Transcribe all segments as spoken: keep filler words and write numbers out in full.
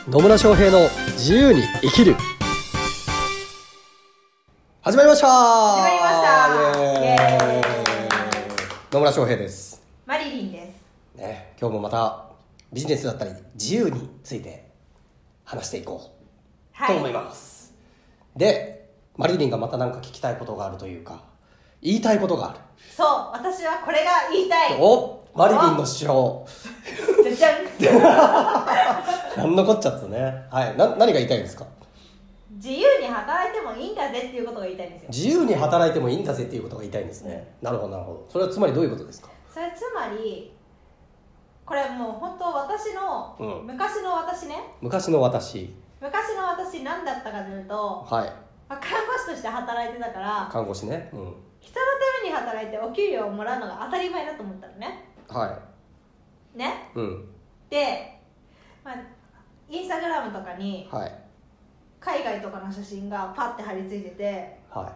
野村翔平の自由に生きる。始まりました始まりましたイエーイイエーイ野村翔平です、 マリリンです、 ね、今日もまたビジネスだったり自由について話していこう、はい、と思います。で、マリリンがまた何か聞きたいことがあるというか言いたいことがある。 そう、私はこれが言いたい。 お、マリリンの主張じゃじゃん何のこっちゃったね。はい、な何が言いたいんですか。 自由に働いてもいいんだぜっていうことが言いたいんですよ。 自由に働いてもいいんだぜっていうことが言いたいんですね、うん、なるほどなるほど。それはつまりどういうことですか。 それつまりこれもう本当私の、うん、昔の私ね昔の私昔の私何だったかというと、 はい、 まあ、看護師として働いてたから看護師ね、うん、 人のために働いてお給料をもらうのが当たり前だと思ったのね。 はいね、 うん、 で、まあ、インスタグラムとかに、 はい、 海外とかの写真がパッて貼り付いてて、 はい、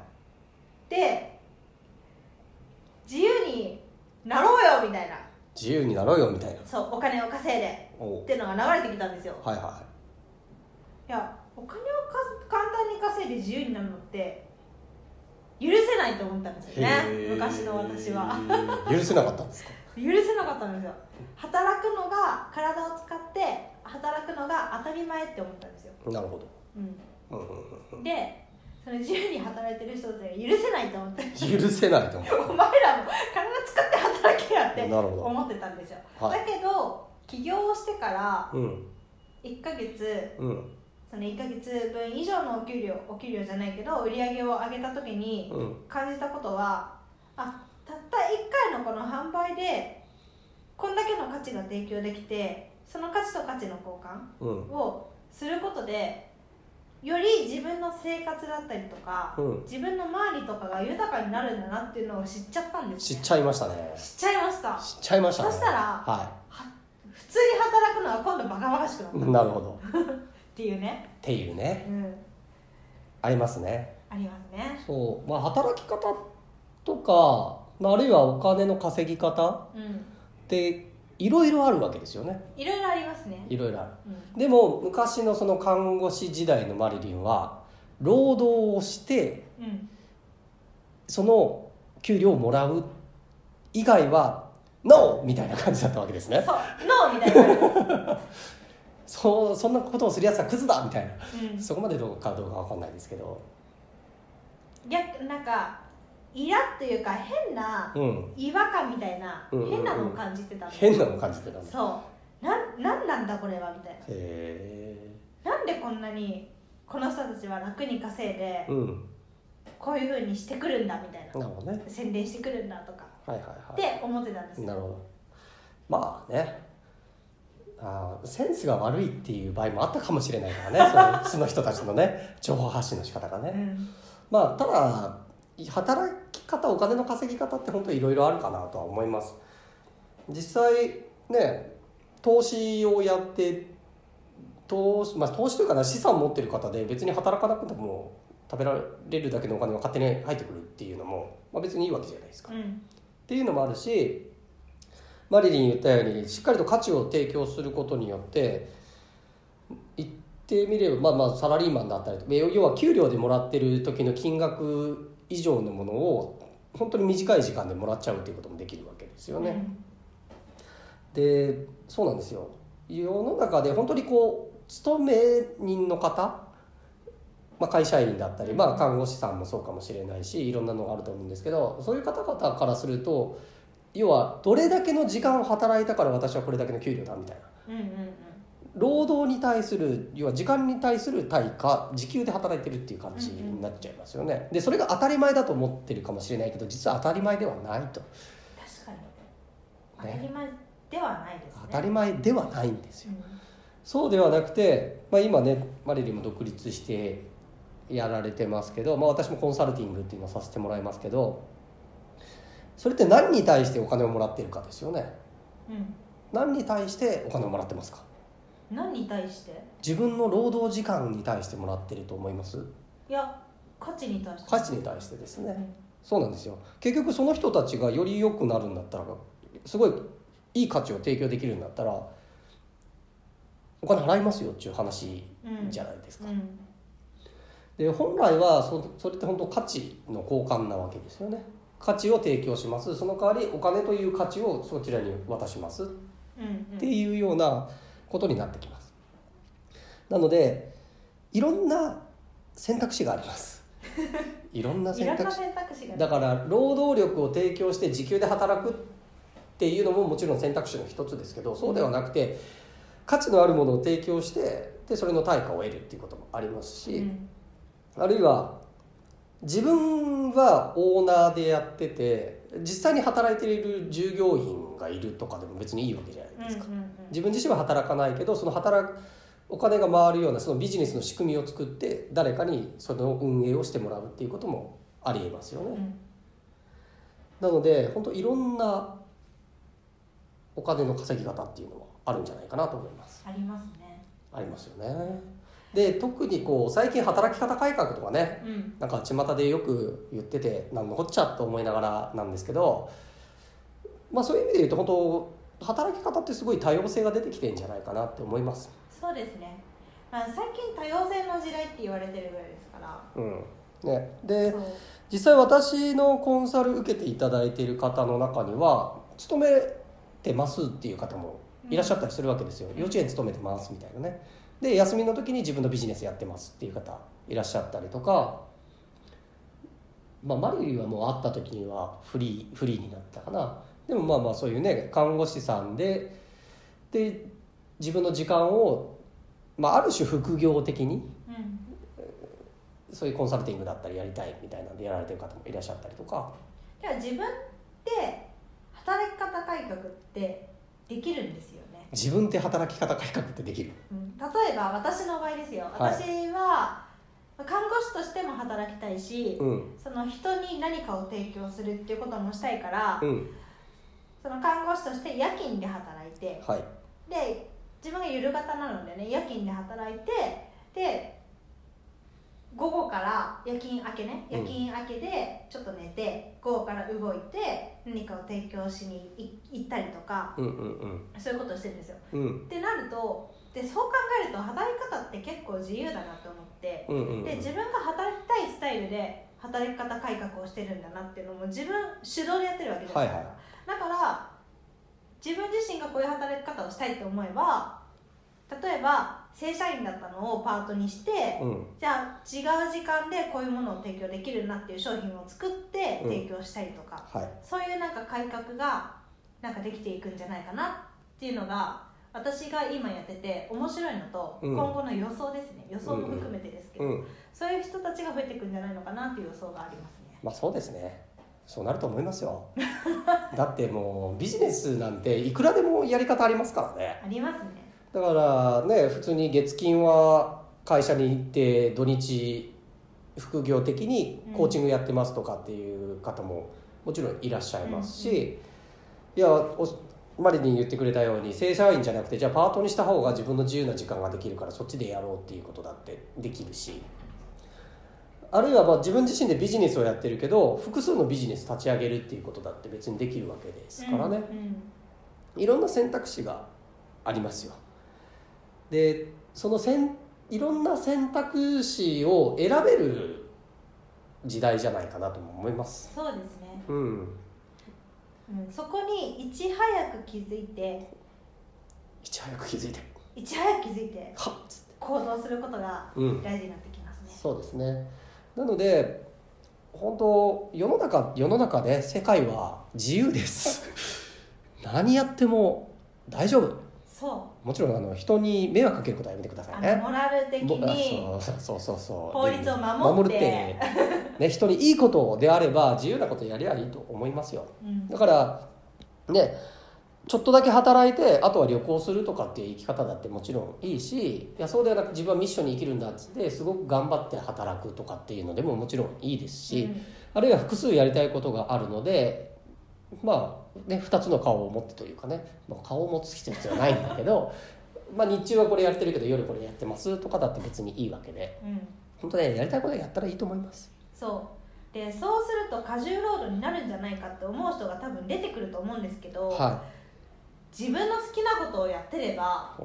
で自由になろうよみたいな、 自由になろうよみたいな、 そう、お金を稼いでっていうのが流れてきたんですよ。 はいはい。 いや、お金をか簡単に稼いで自由になるのって許せないと思ったんですよね、昔の私は。 許せなかったんですか。 許せなかったんですよ。働くのが、体を使って働くのが当たり前って思ったんですよ。 なるほど、 うん、でその自由に働いてる人たちが許せないと思って許せないと思ってお前らも体使って働けやって思ってたんですよ、 はい、 だけど起業をしてからうん、 いっかげつ、 うん、 そのいっかげつぶん以上のお給料お給料じゃないけど売り上げを上げた時に感じたことは、うん、あ、たったいっかいのこの販売でこんだけの価値が提供できて、その価値と価値の交換をすることで、うん、より自分の生活だったりとか、うん、自分の周りとかが豊かになるんだなっていうのを知っちゃったんですね。 知っちゃいましたね。 知っちゃいました。 知っちゃいましたね。 そしたら、 はい、 は普通に働くのは今度バカバカしくなった。 なるほどっていうね。 っていうね、 うん、 ありますね。 ありますね。 そう、まあ、働き方とか、まあ、あるいはお金の稼ぎ方、うんでいろいろあるわけですよね。 いろいろありますね。 いろいろある、うん、でも昔のその看護師時代のマリリンは労働をして、うん、その給料をもらう以外はノーみたいな感じだったわけですね。 そう、ノーみたいなそう、そんなことをするやつはクズだみたいな、うん、そこまでどうかどうか分かんないですけど、 いや、なんかイラっていうか変な違和感みたいな、うん、変なのを感じてたんです。 変なのを感じてたんです。 そうな、なんなんだこれはみたいな。 へーなんでこんなにこの人たちは楽に稼いで、うん、こういう風にしてくるんだみたいな、 なるほどね、 宣伝してくるんだとか、 はいはいはい、 って思ってたんですよ。 なるほど。まあね、あセンスが悪いっていう場合もあったかもしれないからねその、その人たちのね情報発信の仕方がね、うん、まあただ働き方、お金の稼ぎ方って本当にいろいろあるかなとは思います。実際ね、投資をやって投資、まあ、投資というかな、資産を持ってる方で別に働かなくても食べられるだけのお金が勝手に入ってくるっていうのも、まあ、別にいいわけじゃないですか、うん、っていうのもあるし、マリリン言ったようにしっかりと価値を提供することによって言ってみれば、まあ、まあサラリーマンだったりとか、要は給料でもらってる時の金額以上のものを本当に短い時間でもらっちゃうっていうこともできるわけですよね、うん、で、そうなんですよ。世の中で本当にこう勤め人の方、まあ、会社員だったり、まあ、看護師さんもそうかもしれないし、いろんなのがあると思うんですけど、そういう方々からすると、要はどれだけの時間を働いたから私はこれだけの給料だみたいな、うんうんうん、労働に対する、要は時間に対する対価、時給で働いてるっていう感じになっちゃいますよね、うんうん、でそれが当たり前だと思ってるかもしれないけど、実は当たり前ではないと。 確かに当たり前ではないですね。 当たり前ではないんですよ、うん、そうではなくて、まあ、今ねマリリンも独立してやられてますけど、まあ、私もコンサルティングっていうのをさせてもらいますけど、それって何に対してお金をもらっているかですよね、うん、何に対してお金をもらってますか。 何に対して。 自分の労働時間に対してもらってると思います。 いや、価値に対して。 価値に対してですね、うん、そうなんですよ。結局その人たちがより良くなるんだったら、すごいいい価値を提供できるんだったら、 お金払いますよっていう話じゃないですか、 うんうん、 で本来は そ, それって本当価値の交換なわけですよね。価値を提供します、その代わりお金という価値をそちらに渡しますっていうようなことになってきます。なのでいろんな選択肢がありますいろんな選択肢だから、労働力を提供して時給で働くっていうのももちろん選択肢の一つですけど、そうではなくて価値のあるものを提供してでそれの対価を得るっていうこともありますし、うん、あるいは自分はオーナーでやってて実際に働いている従業員がいるとかでも別にいいわけじゃないですか、うんうんうん、自分自身は働かないけどその働くお金が回るようなそのビジネスの仕組みを作って誰かにその運営をしてもらうっていうこともありえますよね、うん、なので本当いろんなお金の稼ぎ方っていうのはあるんじゃないかなと思います。 ありますね。 ありますよね。で特にこう最近働き方改革とかね、うん、なんか巷でよく言ってて何のこっちゃと思いながらなんですけど、まあそういう意味で言うと本当働き方ってすごい多様性が出てきてるんじゃないかなって思います。 そうですね、まあ、最近多様性の時代って言われてるぐらいですから、 うんね、で実際私のコンサル受けていただいている方の中には勤めてますっていう方もいらっしゃったりするわけですよ、うん、幼稚園勤めてますみたいなね。で休みの時に自分のビジネスやってますっていう方いらっしゃったりとか、まあ、マリリはもう会った時にはフリーフリーになったかな。でもまあまあそういうね看護師さんでで自分の時間を、まあ、ある種副業的に、うん、そういうコンサルティングだったりやりたいみたいなんでやられてる方もいらっしゃったりとか。 では自分で働き方改革ってできるんですよね。 自分で働き方改革ってできる、 うん、例えば私の場合ですよ、はい、私は看護師としても働きたいし、うん、その人に何かを提供するっていうこともしたいから、うん、その看護師として夜勤で働いて、はい、で自分が夜型なのでね夜勤で働いてで午後から夜勤明けね夜勤明けでちょっと寝て午後から動いて何かを提供しに行ったりとか、うんうんうん、そういうことをしてるんですよ、うん、ってなるとでそう考えると働き方って結構自由だなと思って、うんうんうん、で自分が働きたいスタイルで働き方改革をしてるんだなっていうのも自分主導でやってるわけじゃないですか、はいはい、だから自分自身がこういう働き方をしたいと思えば例えば正社員だったのをパートにして、うん、じゃあ違う時間でこういうものを提供できるなっていう商品を作って提供したりとか、うんはい、そういうなんか改革がなんかできていくんじゃないかなっていうのが私が今やってて面白いのと、うん、今後の予想ですね予想も含めてですけど、うんうん、そういう人たちが増えていくんじゃないのかなっていう予想がありますね。 まあそうですねそうなると思いますよだってもうビジネスなんていくらでもやり方ありますからね。 ありますね。 だからね普通に月金は会社に行って土日副業的にコーチングやってますとかっていう方ももちろんいらっしゃいますし、うんうん、いやおマリリン言ってくれたように正社員じゃなくてじゃあパートにした方が自分の自由な時間ができるからそっちでやろうっていうことだってできるし、あるいはまあ自分自身でビジネスをやってるけど複数のビジネス立ち上げるっていうことだって別にできるわけですからね、うんうん、いろんな選択肢がありますよ。でそのせんいろんな選択肢を選べる時代じゃないかなとも思います。 そうですね、うんうん、そこにいち早く気づいていち早く気づいていち早く気づいて行動することが大事になってきますね、 うん、そうですね。なので本当世の中世の中で世界は自由です何やっても大丈夫。そうもちろんあの人に迷惑かけることはやめてくださいね。 モラル的にそうそうそう法律を守って、 ね、人にいいことであれば自由なことやりゃいいと思いますよ、うん、だからねちょっとだけ働いてあとは旅行するとかっていう生き方だってもちろんいいし、いやそうではなく自分はミッションに生きるんだっつってすごく頑張って働くとかっていうのでももちろんいいですし、うん、あるいは複数やりたいことがあるのでまあね、ふたつの顔を持ってというかね、まあ、顔を持つ必要はないんだけどまあ日中はこれやってるけど夜これやってますとかだって別にいいわけで、うん、本当ねやりたいことやったらいいと思います。 そうでそうすると過重労働になるんじゃないかって思う人が多分出てくると思うんですけど、はい、自分の好きなことをやってれば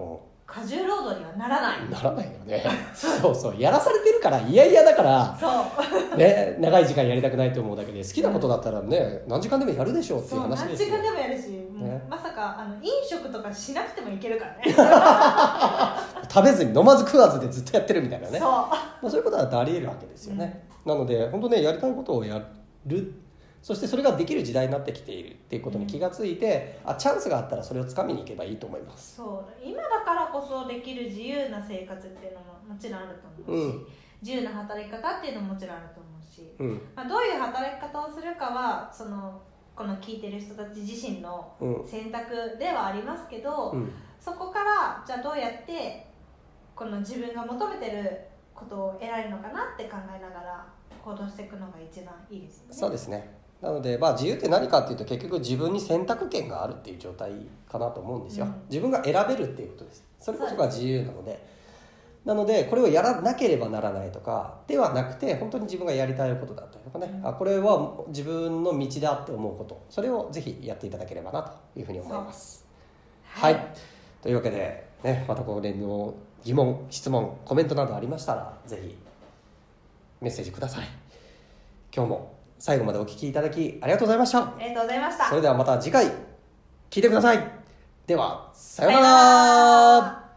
過重労働にはならないならないよねそうそうやらされてるから嫌々だからそう、 ね、長い時間やりたくないと思うだけで好きなことだったらね何時間でもやるでしょうっていう話ですよ。 そう何時間でもやるし、ね、まさかあの飲食とかしなくてもいけるからね食べずに飲まず食わずでずっとやってるみたいなね。 そう、 まあ、そういうことだってありえるわけですよね、うん、なので本当ねやりたいことをやる、そしてそれができる時代になってきているっていうことに気がついて、うん、あチャンスがあったらそれをつかみに行けばいいと思います。 そう今だからこそできる自由な生活っていうのももちろんあると思うし、うん、自由な働き方っていうのももちろんあると思うし、うんまあ、どういう働き方をするかはそのこの聞いてる人たち自身の選択ではありますけど、うん、そこからじゃあどうやってこの自分が求めてることを得られるのかなって考えながら行動していくのが一番いいですよね。 そうですね。なので、まあ、自由って何かっていうと結局自分に選択権があるっていう状態かなと思うんですよ、うん、自分が選べるっていうことです。それこそが自由なので、なのでこれをやらなければならないとかではなくて本当に自分がやりたいことだったりとかね、うん、あこれは自分の道だって思うこと、それをぜひやっていただければなというふうに思います。はい、はい、というわけで、ね、またこれの疑問質問コメントなどありましたらぜひメッセージください。今日も最後までお聞きいただきありがとうございました。 ありがとうございました。 それではまた次回聞いてください。ではさようなら。